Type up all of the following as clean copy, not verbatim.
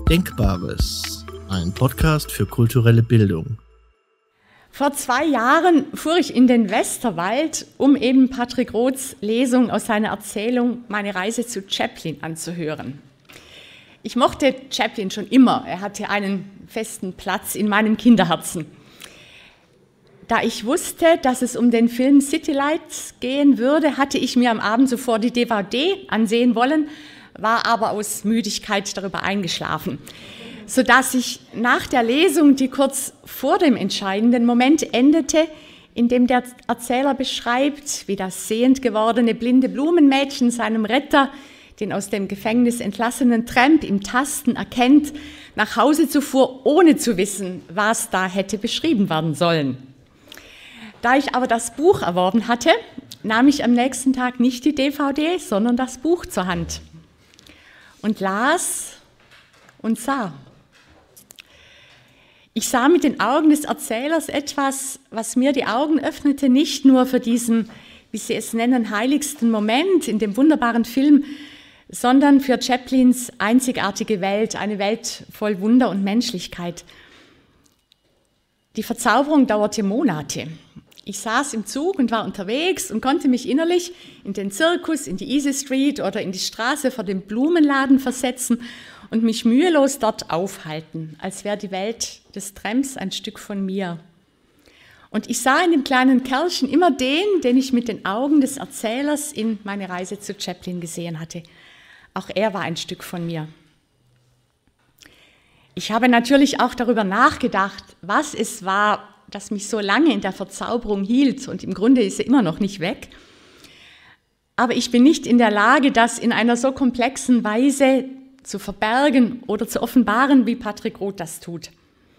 Denkbares, ein Podcast für kulturelle Bildung. Vor 2 Jahren fuhr ich in den Westerwald, um eben Patrick Roths Lesung aus seiner Erzählung Meine Reise zu Chaplin anzuhören. Ich mochte Chaplin schon immer, er hatte einen festen Platz in meinem Kinderherzen. Da ich wusste, dass es um den Film City Lights gehen würde, hatte ich mir am Abend zuvor die DVD ansehen wollen, war aber aus Müdigkeit darüber eingeschlafen, sodass ich nach der Lesung, die kurz vor dem entscheidenden Moment endete, in dem der Erzähler beschreibt, wie das sehend gewordene blinde Blumenmädchen seinem Retter, den aus dem Gefängnis entlassenen Tramp im Tasten erkennt, nach Hause zufuhr, ohne zu wissen, was da hätte beschrieben werden sollen. Da ich aber das Buch erworben hatte, nahm ich am nächsten Tag nicht die DVD, sondern das Buch zur Hand und las und sah. Ich sah mit den Augen des Erzählers etwas, was mir die Augen öffnete, nicht nur für diesen, wie Sie es nennen, heiligsten Moment in dem wunderbaren Film, sondern für Chaplins einzigartige Welt, eine Welt voll Wunder und Menschlichkeit. Die Verzauberung dauerte Monate. Ich saß im Zug und war unterwegs und konnte mich innerlich in den Zirkus, in die Easy Street oder in die Straße vor dem Blumenladen versetzen und mich mühelos dort aufhalten, als wäre die Welt des Tramps ein Stück von mir. Und ich sah in dem kleinen Kerlchen immer den ich mit den Augen des Erzählers in Meine Reise zu Chaplin gesehen hatte. Auch er war ein Stück von mir. Ich habe natürlich auch darüber nachgedacht, was es war, das mich so lange in der Verzauberung hielt, und im Grunde ist er immer noch nicht weg. Aber ich bin nicht in der Lage, das in einer so komplexen Weise zu verbergen oder zu offenbaren, wie Patrick Roth das tut.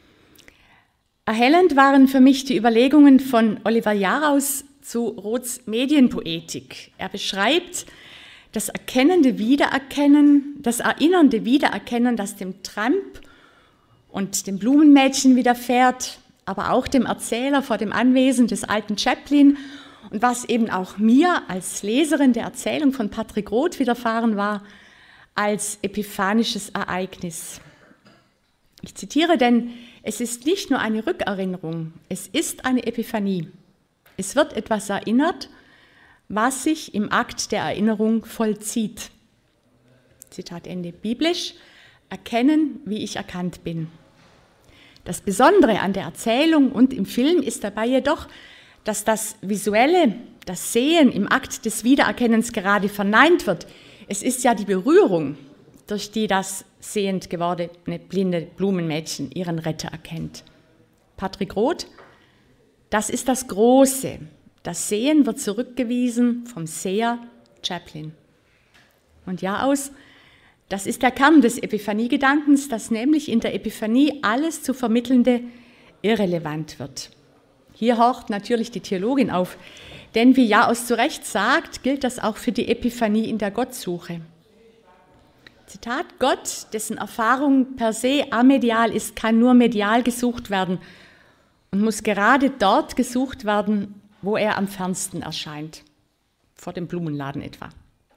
Erhellend waren für mich die Überlegungen von Oliver Jaraus zu Roths Medienpoetik. Er beschreibt das erkennende Wiedererkennen, das erinnernde Wiedererkennen, das dem Tramp und dem Blumenmädchen widerfährt, aber auch dem Erzähler vor dem Anwesen des alten Chaplin und was eben auch mir als Leserin der Erzählung von Patrick Roth widerfahren war, als epiphanisches Ereignis. Ich zitiere, denn es ist nicht nur eine Rückerinnerung, es ist eine Epiphanie. Es wird etwas erinnert, was sich im Akt der Erinnerung vollzieht. Zitat Ende. Biblisch: erkennen, wie ich erkannt bin. Das Besondere an der Erzählung und im Film ist dabei jedoch, dass das Visuelle, das Sehen im Akt des Wiedererkennens gerade verneint wird. Es ist ja die Berührung, durch die das sehend gewordene blinde Blumenmädchen ihren Retter erkennt. Patrick Roth: das ist das Große. Das Sehen wird zurückgewiesen vom Seher Chaplin. Und Jaraus: das ist der Kern des Epiphanie-Gedankens, dass nämlich in der Epiphanie alles zu Vermittelnde irrelevant wird. Hier horcht natürlich die Theologin auf, denn wie Jaraus zu Recht sagt, gilt das auch für die Epiphanie in der Gottsuche. Zitat: Gott, dessen Erfahrung per se amedial ist, kann nur medial gesucht werden und muss gerade dort gesucht werden, wo er am fernsten erscheint, vor dem Blumenladen etwa.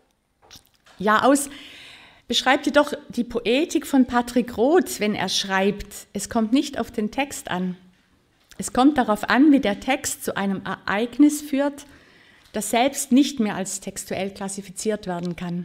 Jaraus beschreibt jedoch die Poetik von Patrick Roth, wenn er schreibt, es kommt nicht auf den Text an. Es kommt darauf an, wie der Text zu einem Ereignis führt, das selbst nicht mehr als textuell klassifiziert werden kann.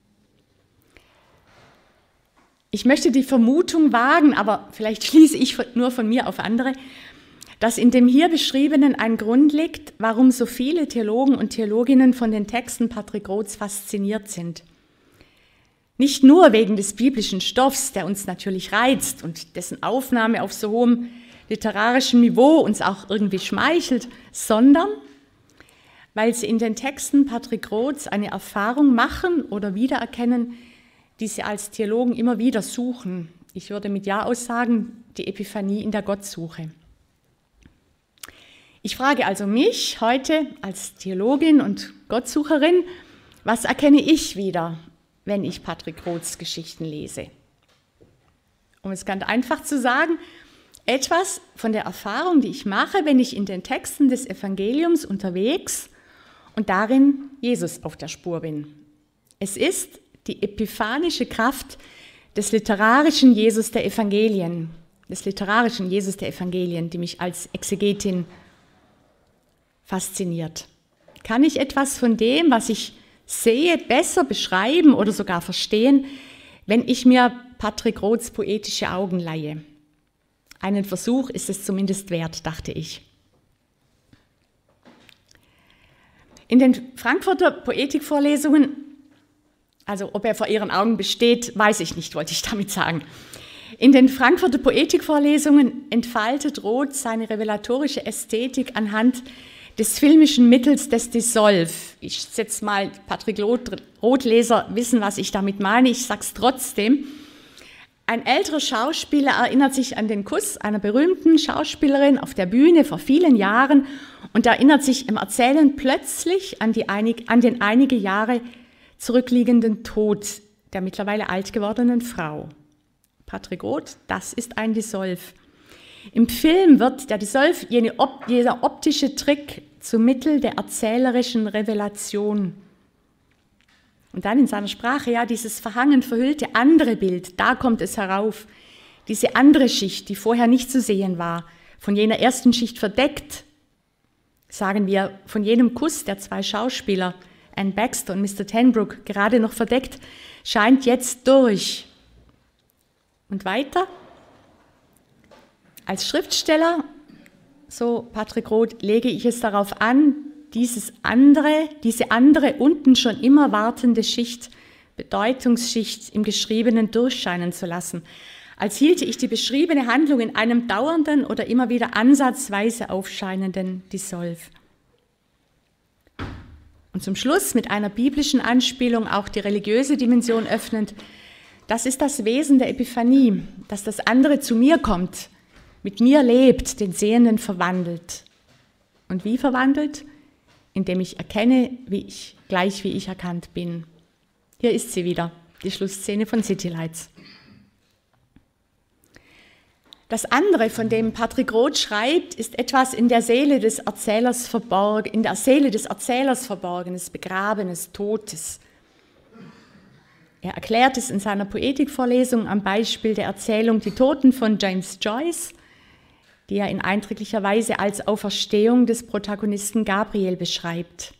Ich möchte die Vermutung wagen, aber vielleicht schließe ich nur von mir auf andere, dass in dem hier Beschriebenen ein Grund liegt, warum so viele Theologen und Theologinnen von den Texten Patrick Roths fasziniert sind. Nicht nur wegen des biblischen Stoffs, der uns natürlich reizt und dessen Aufnahme auf so hohem literarischem Niveau uns auch irgendwie schmeichelt, sondern weil sie in den Texten Patrick Roths eine Erfahrung machen oder wiedererkennen, die sie als Theologen immer wieder suchen. Ich würde mit Jaraus sagen, die Epiphanie in der Gottsuche. Ich frage also mich heute als Theologin und Gottsucherin, was erkenne ich wieder, wenn ich Patrick Roths Geschichten lese? Um es ganz einfach zu sagen, etwas von der Erfahrung, die ich mache, wenn ich in den Texten des Evangeliums unterwegs und darin Jesus auf der Spur bin. Es ist die epiphanische Kraft des literarischen Jesus der Evangelien, die mich als Exegetin fasziniert. Kann ich etwas von dem, was ich sehe, besser beschreiben oder sogar verstehen, wenn ich mir Patrick Roths poetische Augen leihe? Einen Versuch ist es zumindest wert, dachte ich. In den Frankfurter Poetikvorlesungen, also ob er vor Ihren Augen besteht, weiß ich nicht, wollte ich damit sagen. In den Frankfurter Poetikvorlesungen entfaltet Roth seine revelatorische Ästhetik anhand des filmischen Mittels des Dissolve. Ich setze mal, Patrick Roth-Leser wissen, was ich damit meine, ich sage es trotzdem. Ein älterer Schauspieler erinnert sich an den Kuss einer berühmten Schauspielerin auf der Bühne vor vielen Jahren und erinnert sich im Erzählen plötzlich an den einige Jahre zurückliegenden Tod der mittlerweile alt gewordenen Frau. Patrick Roth, das ist ein Dissolve. Im Film wird der Dissolve, jeder optische Trick, zum Mittel der erzählerischen Revelation. Und dann in seiner Sprache, ja, dieses verhangen verhüllte andere Bild, da kommt es herauf. Diese andere Schicht, die vorher nicht zu sehen war, von jener ersten Schicht verdeckt, sagen wir, von jenem Kuss der zwei Schauspieler, Anne Baxter und Mr. Tenbrook, gerade noch verdeckt, scheint jetzt durch. Und weiter? Als Schriftsteller, so Patrick Roth, lege ich es darauf an, diese andere unten schon immer wartende Schicht, Bedeutungsschicht im Geschriebenen durchscheinen zu lassen, als hielte ich die beschriebene Handlung in einem dauernden oder immer wieder ansatzweise aufscheinenden Dissolve. Und zum Schluss mit einer biblischen Anspielung auch die religiöse Dimension öffnend, das ist das Wesen der Epiphanie, dass das andere zu mir kommt, mit mir lebt, den Sehenden verwandelt. Und wie verwandelt? Indem ich erkenne, gleich wie ich erkannt bin. Hier ist sie wieder, die Schlussszene von City Lights. Das andere, von dem Patrick Roth schreibt, ist etwas in der Seele des Erzählers verborgen, Verborgenes, Begrabenes, Totes. Er erklärt es in seiner Poetikvorlesung am Beispiel der Erzählung Die Toten von James Joyce, die er in eindrücklicher Weise als Auferstehung des Protagonisten Gabriel beschreibt.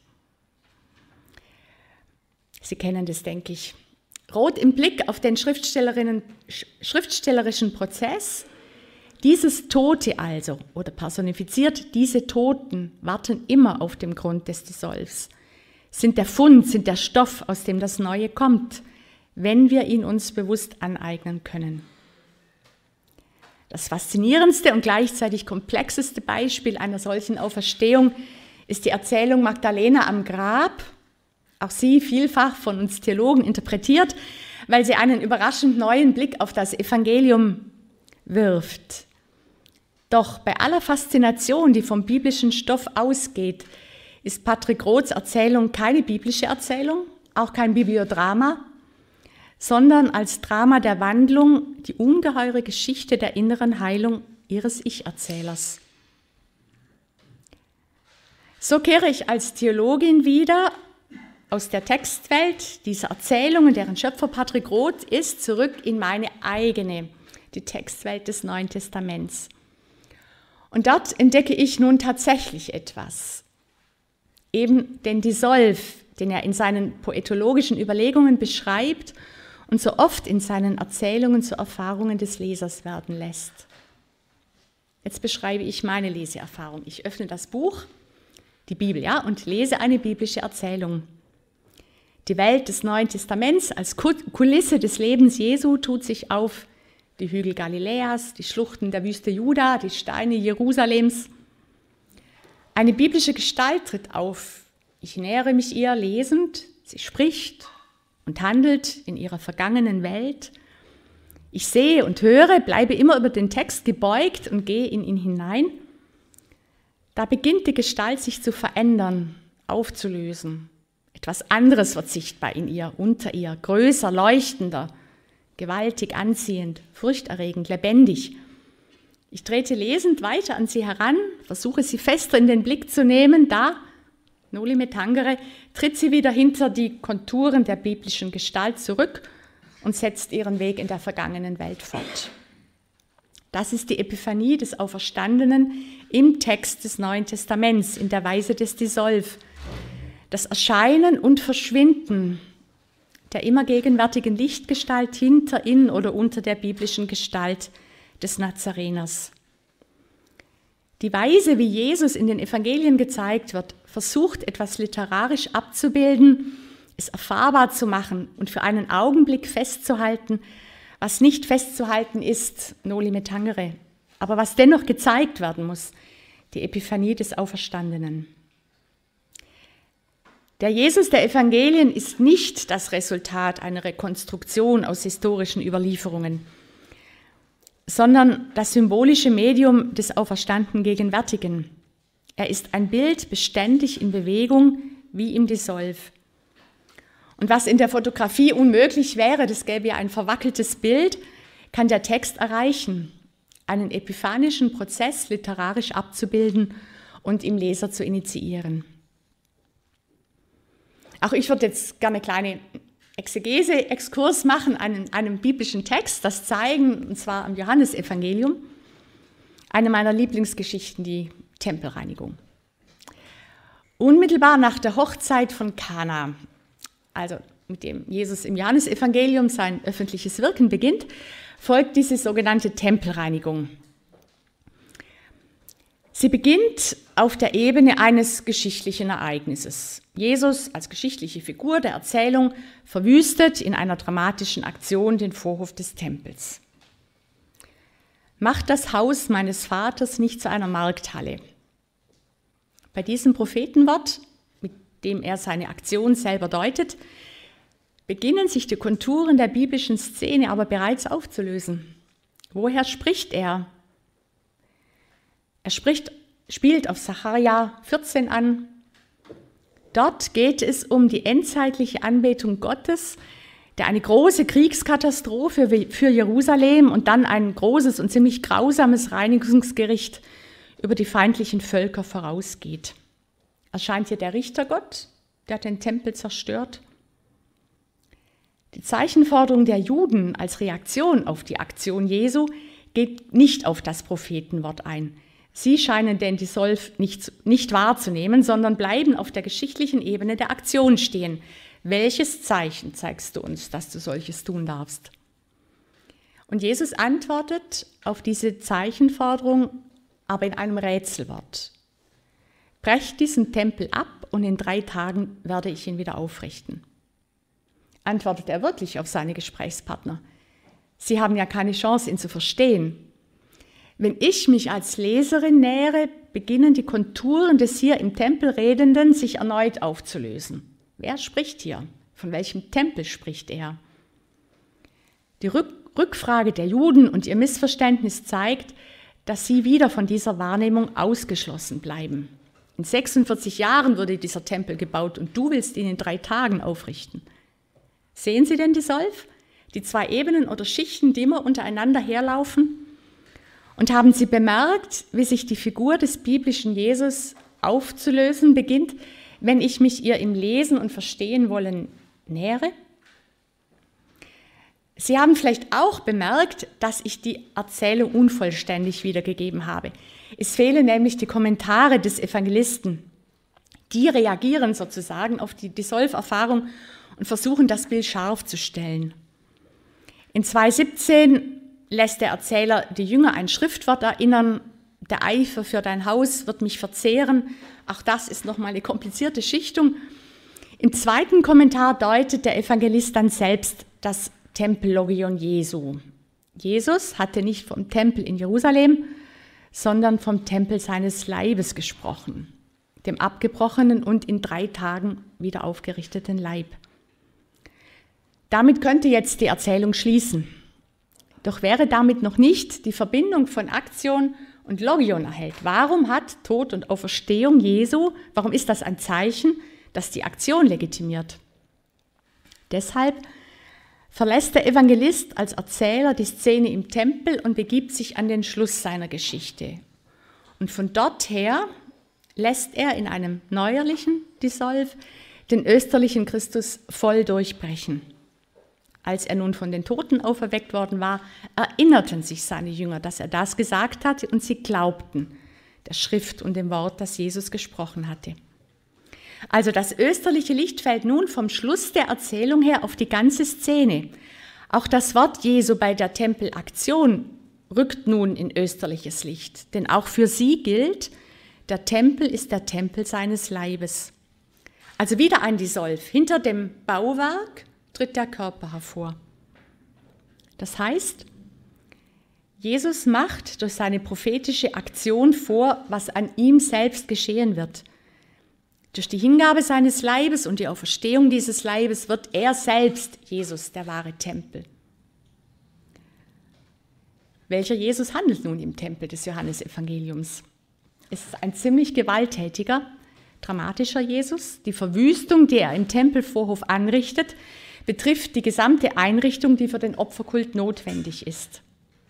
Sie kennen das, denke ich. Roth im Blick auf den schriftstellerischen Prozess. Dieses Tote also, oder personifiziert, diese Toten warten immer auf dem Grund des Dissolves, sind der Fund, sind der Stoff, aus dem das Neue kommt, wenn wir ihn uns bewusst aneignen können. Das faszinierendste und gleichzeitig komplexeste Beispiel einer solchen Auferstehung ist die Erzählung Magdalena am Grab, auch sie vielfach von uns Theologen interpretiert, weil sie einen überraschend neuen Blick auf das Evangelium wirft. Doch bei aller Faszination, die vom biblischen Stoff ausgeht, ist Patrick Roths Erzählung keine biblische Erzählung, auch kein Bibliodrama, sondern als Drama der Wandlung die ungeheure Geschichte der inneren Heilung ihres Ich-Erzählers. So kehre ich als Theologin wieder aus der Textwelt dieser Erzählungen, deren Schöpfer Patrick Roth ist, zurück in meine eigene, die Textwelt des Neuen Testaments. Und dort entdecke ich nun tatsächlich etwas, eben den Dissolve, den er in seinen poetologischen Überlegungen beschreibt und so oft in seinen Erzählungen zu Erfahrungen des Lesers werden lässt. Jetzt beschreibe ich meine Leseerfahrung. Ich öffne das Buch, die Bibel, ja, und lese eine biblische Erzählung. Die Welt des Neuen Testaments als Kulisse des Lebens Jesu tut sich auf. Die Hügel Galiläas, die Schluchten der Wüste Juda, die Steine Jerusalems. Eine biblische Gestalt tritt auf. Ich nähere mich ihr lesend, sie spricht und handelt in ihrer vergangenen Welt. Ich sehe und höre, bleibe immer über den Text gebeugt und gehe in ihn hinein. Da beginnt die Gestalt sich zu verändern, aufzulösen. Etwas anderes wird sichtbar in ihr, unter ihr, größer, leuchtender, gewaltig, anziehend, furchterregend, lebendig. Ich trete lesend weiter an sie heran, versuche sie fester in den Blick zu nehmen, da, noli me tangere, tritt sie wieder hinter die Konturen der biblischen Gestalt zurück und setzt ihren Weg in der vergangenen Welt fort. Das ist die Epiphanie des Auferstandenen im Text des Neuen Testaments, in der Weise des Dissolv. Das Erscheinen und Verschwinden der immer gegenwärtigen Lichtgestalt hinter, in oder unter der biblischen Gestalt des Nazareners. Die Weise, wie Jesus in den Evangelien gezeigt wird, versucht etwas literarisch abzubilden, es erfahrbar zu machen und für einen Augenblick festzuhalten, was nicht festzuhalten ist, noli me tangere, aber was dennoch gezeigt werden muss, die Epiphanie des Auferstandenen. Der Jesus der Evangelien ist nicht das Resultat einer Rekonstruktion aus historischen Überlieferungen, sondern das symbolische Medium des auferstandenen Gegenwärtigen. Er ist ein Bild beständig in Bewegung, wie im Dissolv. Und was in der Fotografie unmöglich wäre, das gäbe ja ein verwackeltes Bild, kann der Text erreichen, einen epiphanischen Prozess literarisch abzubilden und im Leser zu initiieren. Auch ich würde jetzt gerne eine kleine Exegese-Exkurs machen an einem biblischen Text, das zeigen, und zwar am Johannesevangelium, eine meiner Lieblingsgeschichten, die Tempelreinigung. Unmittelbar nach der Hochzeit von Kana, also mit dem Jesus im Johannesevangelium sein öffentliches Wirken beginnt, folgt diese sogenannte Tempelreinigung. Sie beginnt auf der Ebene eines geschichtlichen Ereignisses. Jesus als geschichtliche Figur der Erzählung verwüstet in einer dramatischen Aktion den Vorhof des Tempels. Macht das Haus meines Vaters nicht zu einer Markthalle. Bei diesem Prophetenwort, mit dem er seine Aktion selber deutet, beginnen sich die Konturen der biblischen Szene aber bereits aufzulösen. Woher spricht er? Er spielt auf Sacharja 14 an. Dort geht es um die endzeitliche Anbetung Gottes, der eine große Kriegskatastrophe für Jerusalem und dann ein großes und ziemlich grausames Reinigungsgericht über die feindlichen Völker vorausgeht. Erscheint hier der Richtergott, der den Tempel zerstört? Die Zeichenforderung der Juden als Reaktion auf die Aktion Jesu geht nicht auf das Prophetenwort ein. Sie scheinen den Dissolv nicht wahrzunehmen, sondern bleiben auf der geschichtlichen Ebene der Aktion stehen. Welches Zeichen zeigst du uns, dass du solches tun darfst? Und Jesus antwortet auf diese Zeichenforderung aber in einem Rätselwort. Brecht diesen Tempel ab und in 3 Tagen werde ich ihn wieder aufrichten. Antwortet er wirklich auf seine Gesprächspartner? Sie haben ja keine Chance, ihn zu verstehen. Wenn ich mich als Leserin nähere, beginnen die Konturen des hier im Tempel Redenden sich erneut aufzulösen. Wer spricht hier? Von welchem Tempel spricht er? Die Rückfrage der Juden und ihr Missverständnis zeigt, dass sie wieder von dieser Wahrnehmung ausgeschlossen bleiben. In 46 Jahren wurde dieser Tempel gebaut und du willst ihn in 3 Tagen aufrichten. Sehen Sie den Dissolv? Die 2 Ebenen oder Schichten, die immer untereinander herlaufen? Und haben Sie bemerkt, wie sich die Figur des biblischen Jesus aufzulösen beginnt, wenn ich mich ihr im Lesen und Verstehen wollen nähere? Sie haben vielleicht auch bemerkt, dass ich die Erzählung unvollständig wiedergegeben habe. Es fehlen nämlich die Kommentare des Evangelisten. Die reagieren sozusagen auf die Dissolv-Erfahrung und versuchen, das Bild scharf zu stellen. In 2,17 lässt der Erzähler die Jünger ein Schriftwort erinnern, der Eifer für dein Haus wird mich verzehren. Auch das ist nochmal eine komplizierte Schichtung. Im 2. Kommentar deutet der Evangelist dann selbst das Tempellogion Jesu. Jesus hatte nicht vom Tempel in Jerusalem, sondern vom Tempel seines Leibes gesprochen, dem abgebrochenen und in 3 Tagen wieder aufgerichteten Leib. Damit könnte jetzt die Erzählung schließen. Doch wäre damit noch nicht die Verbindung von Aktion und Logion erhellt. Warum hat Tod und Auferstehung Jesu, warum ist das ein Zeichen, das die Aktion legitimiert? Deshalb verlässt der Evangelist als Erzähler die Szene im Tempel und begibt sich an den Schluss seiner Geschichte. Und von dort her lässt er in einem neuerlichen Dissolv den österlichen Christus voll durchbrechen. Als er nun von den Toten auferweckt worden war, erinnerten sich seine Jünger, dass er das gesagt hatte, und sie glaubten der Schrift und dem Wort, das Jesus gesprochen hatte. Also das österliche Licht fällt nun vom Schluss der Erzählung her auf die ganze Szene. Auch das Wort Jesu bei der Tempelaktion rückt nun in österliches Licht, denn auch für sie gilt, der Tempel ist der Tempel seines Leibes. Also wieder ein Dissolv. Hinter dem Bauwerk tritt der Körper hervor. Das heißt, Jesus macht durch seine prophetische Aktion vor, was an ihm selbst geschehen wird. Durch die Hingabe seines Leibes und die Auferstehung dieses Leibes wird er selbst, Jesus, der wahre Tempel. Welcher Jesus handelt nun im Tempel des Johannesevangeliums? Es ist ein ziemlich gewalttätiger, dramatischer Jesus. Die Verwüstung, die er im Tempelvorhof anrichtet, betrifft die gesamte Einrichtung, die für den Opferkult notwendig ist.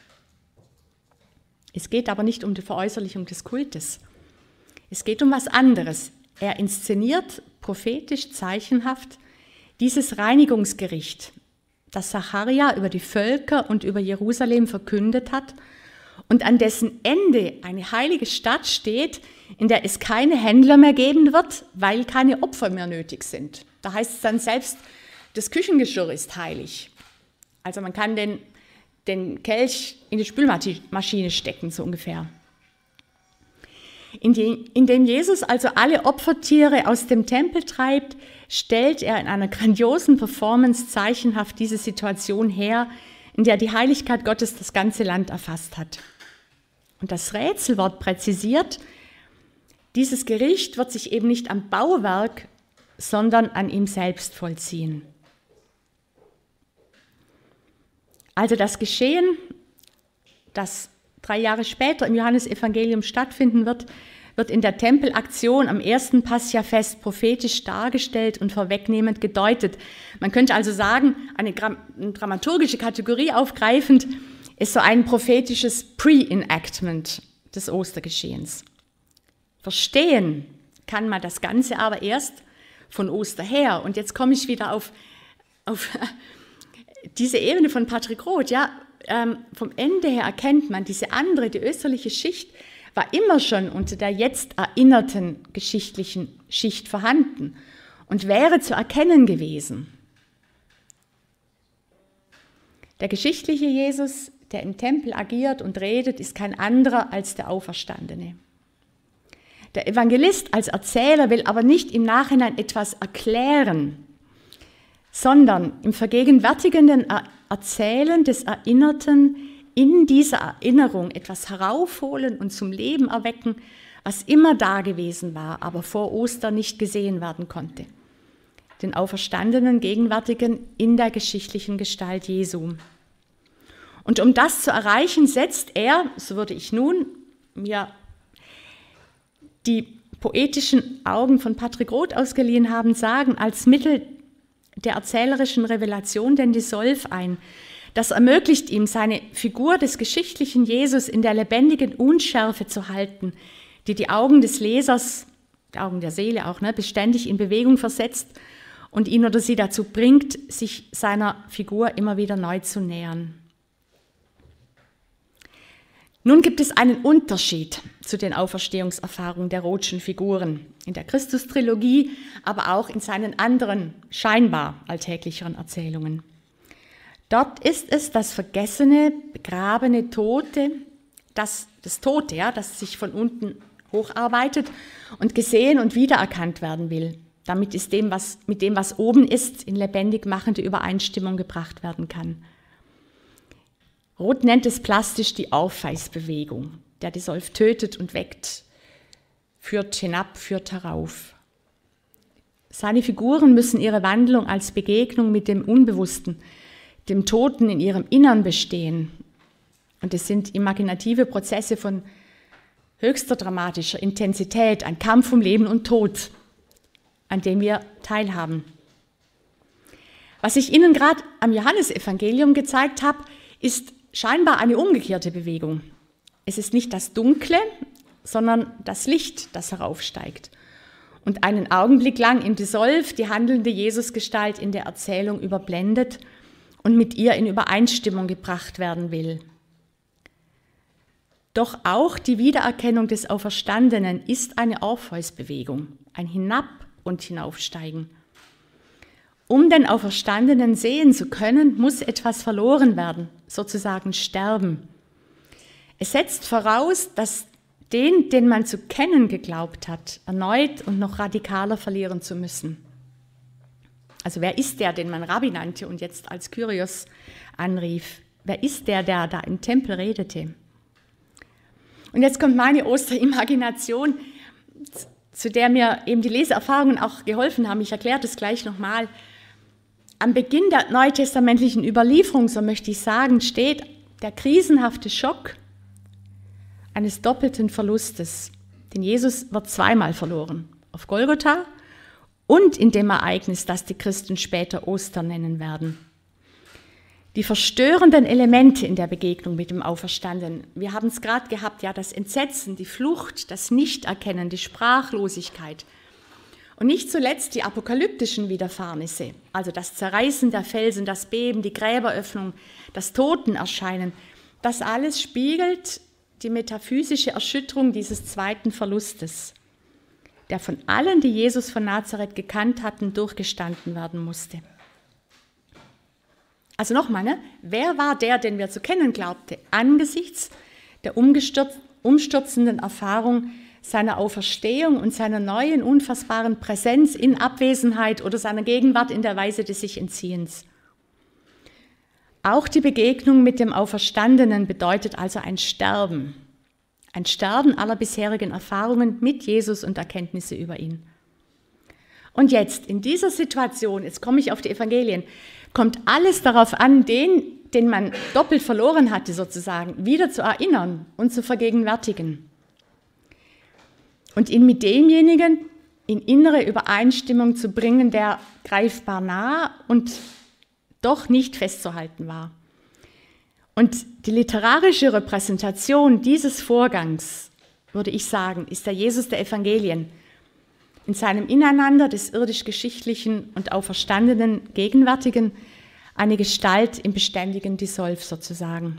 Es geht aber nicht um die Veräußerlichung des Kultes. Es geht um was anderes. Er inszeniert prophetisch zeichenhaft dieses Reinigungsgericht, das Sacharja über die Völker und über Jerusalem verkündet hat und an dessen Ende eine heilige Stadt steht, in der es keine Händler mehr geben wird, weil keine Opfer mehr nötig sind. Da heißt es dann, selbst das Küchengeschirr ist heilig. Also man kann den Kelch in die Spülmaschine stecken, so ungefähr. Indem Jesus also alle Opfertiere aus dem Tempel treibt, stellt er in einer grandiosen Performance zeichenhaft diese Situation her, in der die Heiligkeit Gottes das ganze Land erfasst hat. Und das Rätselwort präzisiert, dieses Gericht wird sich eben nicht am Bauwerk, sondern an ihm selbst vollziehen. Also das Geschehen, das 3 Jahre später im Johannesevangelium stattfinden wird, wird in der Tempelaktion am ersten Pascha-Fest prophetisch dargestellt und vorwegnehmend gedeutet. Man könnte also sagen, eine dramaturgische Kategorie aufgreifend, ist so ein prophetisches Pre-Enactment des Ostergeschehens. Verstehen kann man das Ganze aber erst von Oster her. Und jetzt komme ich wieder auf diese Ebene von Patrick Roth. Ja, vom Ende her erkennt man, diese andere, die österliche Schicht, war immer schon unter der jetzt erinnerten geschichtlichen Schicht vorhanden und wäre zu erkennen gewesen. Der geschichtliche Jesus, der im Tempel agiert und redet, ist kein anderer als der Auferstandene. Der Evangelist als Erzähler will aber nicht im Nachhinein etwas erklären, sondern im vergegenwärtigenden Erzählen des Erinnerten in dieser Erinnerung etwas heraufholen und zum Leben erwecken, was immer da gewesen war, aber vor Ostern nicht gesehen werden konnte. Den Auferstandenen Gegenwärtigen in der geschichtlichen Gestalt Jesu. Und um das zu erreichen, setzt er, so würde ich nun mir die poetischen Augen von Patrick Roth ausgeliehen haben, sagen, als Mittel der erzählerischen Revelation den Dissolv ein. Das ermöglicht ihm, seine Figur des geschichtlichen Jesus in der lebendigen Unschärfe zu halten, die die Augen des Lesers, die Augen der Seele auch, beständig in Bewegung versetzt und ihn oder sie dazu bringt, sich seiner Figur immer wieder neu zu nähern. Nun gibt es einen Unterschied zu den Auferstehungserfahrungen der Rothschen Figuren in der Christus-Trilogie, aber auch in seinen anderen, scheinbar alltäglicheren Erzählungen. Dort ist es das vergessene, begrabene Tote, das Tote, ja, das sich von unten hocharbeitet und gesehen und wiedererkannt werden will, damit es mit dem, was oben ist, in lebendig machende Übereinstimmung gebracht werden kann. Roth nennt es plastisch die Orpheus-Bewegung. Der Dissolv tötet und weckt, führt hinab, führt herauf. Seine Figuren müssen ihre Wandlung als Begegnung mit dem Unbewussten, dem Toten in ihrem Innern bestehen. Und es sind imaginative Prozesse von höchster dramatischer Intensität, ein Kampf um Leben und Tod, an dem wir teilhaben. Was ich Ihnen gerade am Johannesevangelium gezeigt habe, ist scheinbar eine umgekehrte Bewegung. Es ist nicht das Dunkle, sondern das Licht, das heraufsteigt und einen Augenblick lang im Dissolv die handelnde Jesusgestalt in der Erzählung überblendet und mit ihr in Übereinstimmung gebracht werden will. Doch auch die Wiedererkennung des Auferstandenen ist eine Orpheus-Bewegung, ein Hinab- und Hinaufsteigen. Um den Auferstandenen sehen zu können, muss etwas verloren werden, sozusagen sterben. Es setzt voraus, dass den man zu kennen geglaubt hat, erneut und noch radikaler verlieren zu müssen. Also wer ist der, den man Rabbi nannte und jetzt als Kyrios anrief? Wer ist der da im Tempel redete? Und jetzt kommt meine Osterimagination, zu der mir eben die Leseerfahrungen auch geholfen haben. Ich erkläre das gleich nochmal. Am Beginn der neutestamentlichen Überlieferung, so möchte ich sagen, steht der krisenhafte Schock eines doppelten Verlustes. Denn Jesus wird zweimal verloren, auf Golgotha und in dem Ereignis, das die Christen später Ostern nennen werden. Die verstörenden Elemente in der Begegnung mit dem Auferstandenen, wir haben es gerade gehabt, ja, das Entsetzen, die Flucht, das Nichterkennen, die Sprachlosigkeit und nicht zuletzt die apokalyptischen Widerfahrnisse, also das Zerreißen der Felsen, das Beben, die Gräberöffnung, das Totenerscheinen, das alles spiegelt die metaphysische Erschütterung dieses zweiten Verlustes, der von allen, die Jesus von Nazareth gekannt hatten, durchgestanden werden musste. Also nochmal, wer war der, den wir zu kennen glaubte, angesichts der umstürzenden Erfahrung seiner Auferstehung und seiner neuen, unfassbaren Präsenz in Abwesenheit oder seiner Gegenwart in der Weise des sich Entziehens? Auch die Begegnung mit dem Auferstandenen bedeutet also ein Sterben aller bisherigen Erfahrungen mit Jesus und Erkenntnisse über ihn. Und jetzt, in dieser Situation, jetzt komme ich auf die Evangelien, kommt alles darauf an, den man doppelt verloren hatte sozusagen, wieder zu erinnern und zu vergegenwärtigen. Und ihn mit demjenigen in innere Übereinstimmung zu bringen, der greifbar nah und doch nicht festzuhalten war. Und die literarische Repräsentation dieses Vorgangs, würde ich sagen, ist der Jesus der Evangelien. In seinem Ineinander des irdisch-geschichtlichen und Auferstandenen Gegenwärtigen eine Gestalt im beständigen Dissolv sozusagen.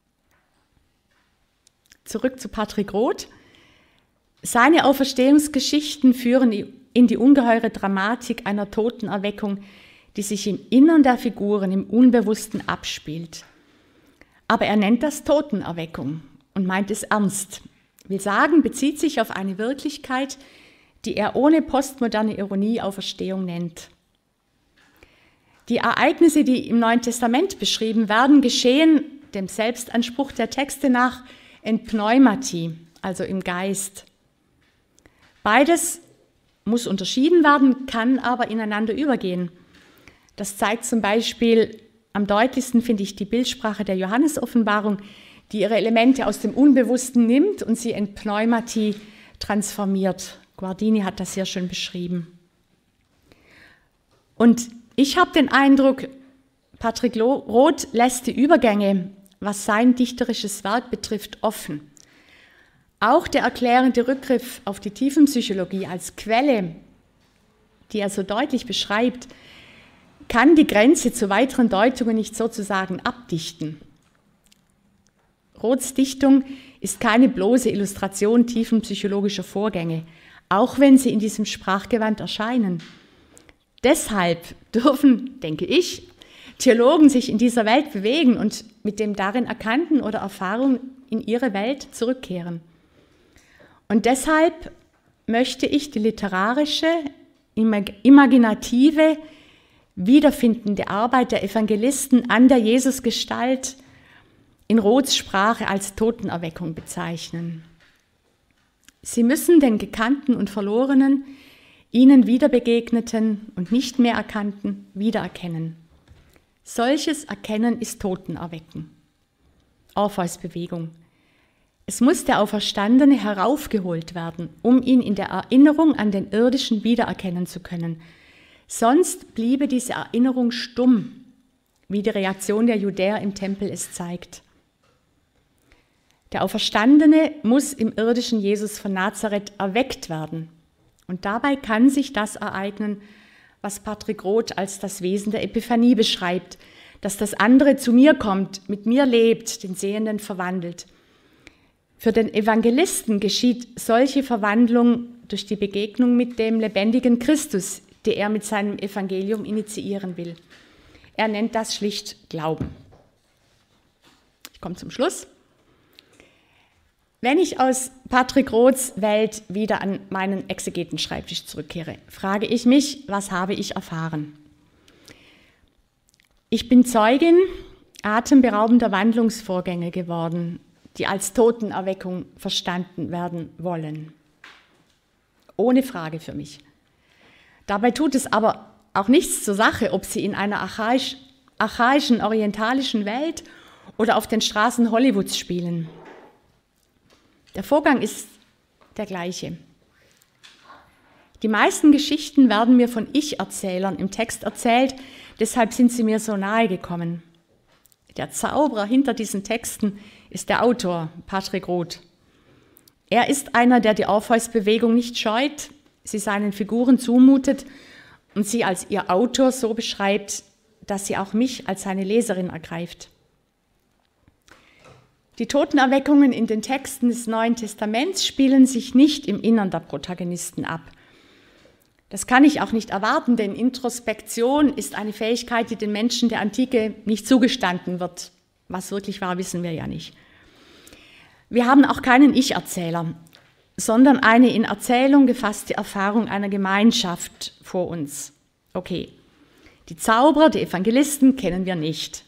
Zurück zu Patrick Roth. Seine Auferstehungsgeschichten führen in die ungeheure Dramatik einer Totenerweckung, die sich im Innern der Figuren, im Unbewussten abspielt. Aber er nennt das Totenerweckung und meint es ernst. Will sagen, bezieht sich auf eine Wirklichkeit, die er ohne postmoderne Ironie Auferstehung nennt. Die Ereignisse, die im Neuen Testament beschrieben werden, geschehen dem Selbstanspruch der Texte nach in Pneumati, also im Geist. Beides muss unterschieden werden, kann aber ineinander übergehen. Das zeigt zum Beispiel am deutlichsten, finde ich, die Bildsprache der Johannes-Offenbarung, die ihre Elemente aus dem Unbewussten nimmt und sie in Pneumati transformiert. Guardini hat das sehr schön beschrieben. Und ich habe den Eindruck, Patrick Roth lässt die Übergänge, was sein dichterisches Werk betrifft, offen. Auch der erklärende Rückgriff auf die Tiefenpsychologie als Quelle, die er so deutlich beschreibt, kann die Grenze zu weiteren Deutungen nicht sozusagen abdichten. Roths Dichtung ist keine bloße Illustration tiefenpsychologischer Vorgänge, auch wenn sie in diesem Sprachgewand erscheinen. Deshalb dürfen, denke ich, Theologen sich in dieser Welt bewegen und mit dem darin Erkannten oder Erfahrung in ihre Welt zurückkehren. Und deshalb möchte ich die literarische, imaginative, wiederfindende Arbeit der Evangelisten an der Jesusgestalt in Roths Sprache als Totenerweckung bezeichnen. Sie müssen den Gekannten und Verlorenen, ihnen Wiederbegegneten und nicht mehr Erkannten wiedererkennen. Solches Erkennen ist Totenerwecken. Orpheus-Bewegung. Es muss der Auferstandene heraufgeholt werden, um ihn in der Erinnerung an den Irdischen wiedererkennen zu können. Sonst bliebe diese Erinnerung stumm, wie die Reaktion der Judäer im Tempel es zeigt. Der Auferstandene muss im irdischen Jesus von Nazareth erweckt werden. Und dabei kann sich das ereignen, was Patrick Roth als das Wesen der Epiphanie beschreibt, dass das andere zu mir kommt, mit mir lebt, den Sehenden verwandelt. Für den Evangelisten geschieht solche Verwandlung durch die Begegnung mit dem lebendigen Christus, die er mit seinem Evangelium initiieren will. Er nennt das schlicht Glauben. Ich komme zum Schluss. Wenn ich aus Patrick Roths Welt wieder an meinen Exegetenschreibtisch zurückkehre, frage ich mich, was habe ich erfahren? Ich bin Zeugin atemberaubender Wandlungsvorgänge geworden, die als Totenerweckung verstanden werden wollen. Ohne Frage für mich. Dabei tut es aber auch nichts zur Sache, ob sie in einer archaischen, orientalischen Welt oder auf den Straßen Hollywoods spielen. Der Vorgang ist der gleiche. Die meisten Geschichten werden mir von Ich-Erzählern im Text erzählt, deshalb sind sie mir so nahe gekommen. Der Zauberer hinter diesen Texten ist der Autor, Patrick Roth. Er ist einer, der die Orpheus-Bewegung nicht scheut, sie seinen Figuren zumutet und sie als ihr Autor so beschreibt, dass sie auch mich als seine Leserin ergreift. Die Totenerweckungen in den Texten des Neuen Testaments spielen sich nicht im Innern der Protagonisten ab. Das kann ich auch nicht erwarten, denn Introspektion ist eine Fähigkeit, die den Menschen der Antike nicht zugestanden wird. Was wirklich war, wissen wir ja nicht. Wir haben auch keinen Ich-Erzähler, sondern eine in Erzählung gefasste Erfahrung einer Gemeinschaft vor uns. Okay, die Zauberer, die Evangelisten kennen wir nicht.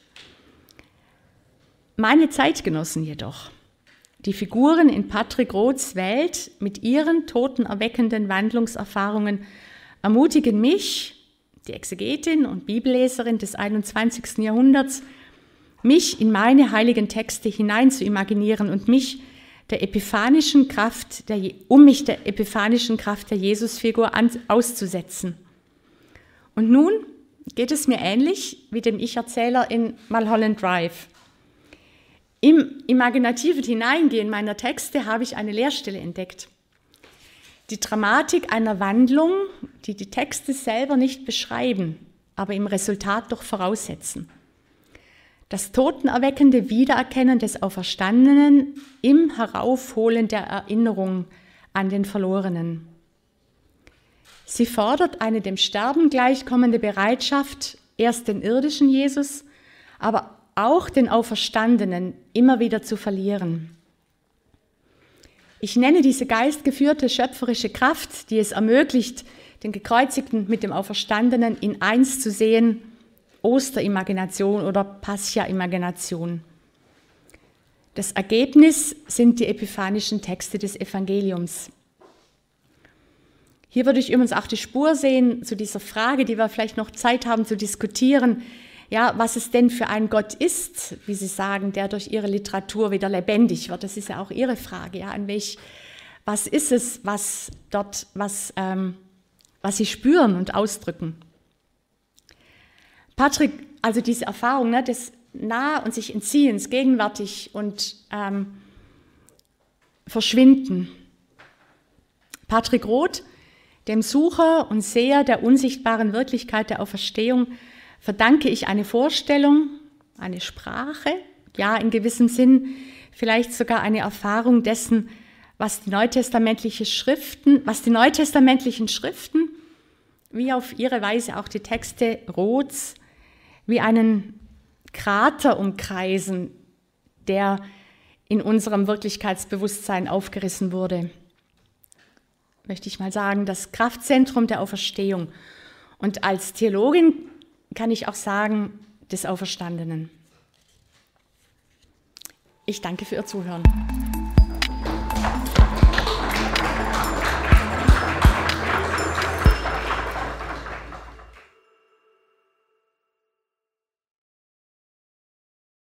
Meine Zeitgenossen jedoch, die Figuren in Patrick Roths Welt mit ihren totenerweckenden Wandlungserfahrungen ermutigen mich, die Exegetin und Bibelleserin des 21. Jahrhunderts, mich in meine heiligen Texte hinein zu imaginieren und mich der epiphanischen Kraft der Jesusfigur auszusetzen. Und nun geht es mir ähnlich wie dem Ich-Erzähler in Mulholland Drive. Im imaginativen Hineingehen meiner Texte habe ich eine Leerstelle entdeckt. Die Dramatik einer Wandlung, die die Texte selber nicht beschreiben, aber im Resultat doch voraussetzen. Das totenerweckende Wiedererkennen des Auferstandenen im Heraufholen der Erinnerung an den Verlorenen. Sie fordert eine dem Sterben gleichkommende Bereitschaft, erst den irdischen Jesus, aber auch den Auferstandenen immer wieder zu verlieren. Ich nenne diese geistgeführte schöpferische Kraft, die es ermöglicht, den Gekreuzigten mit dem Auferstandenen in eins zu sehen, Osterimagination oder Pascha-Imagination. Das Ergebnis sind die epiphanischen Texte des Evangeliums. Hier würde ich übrigens auch die Spur sehen zu dieser Frage, die wir vielleicht noch Zeit haben zu diskutieren, ja, was es denn für ein Gott ist, wie Sie sagen, der durch Ihre Literatur wieder lebendig wird. Das ist ja auch Ihre Frage, ja, was ist es, was Sie spüren und ausdrücken. Patrick, also diese Erfahrung, ne, des Nah- und sich Entziehens, gegenwärtig und Verschwinden. Patrick Roth, dem Sucher und Seher der unsichtbaren Wirklichkeit der Auferstehung, verdanke ich eine Vorstellung, eine Sprache, ja in gewissem Sinn vielleicht sogar eine Erfahrung dessen, was die neutestamentlichen Schriften, wie auf ihre Weise auch die Texte Roths, wie einen Krater umkreisen, der in unserem Wirklichkeitsbewusstsein aufgerissen wurde. Möchte ich mal sagen, das Kraftzentrum der Auferstehung. Und als Theologin kann ich auch sagen, des Auferstandenen. Ich danke für Ihr Zuhören.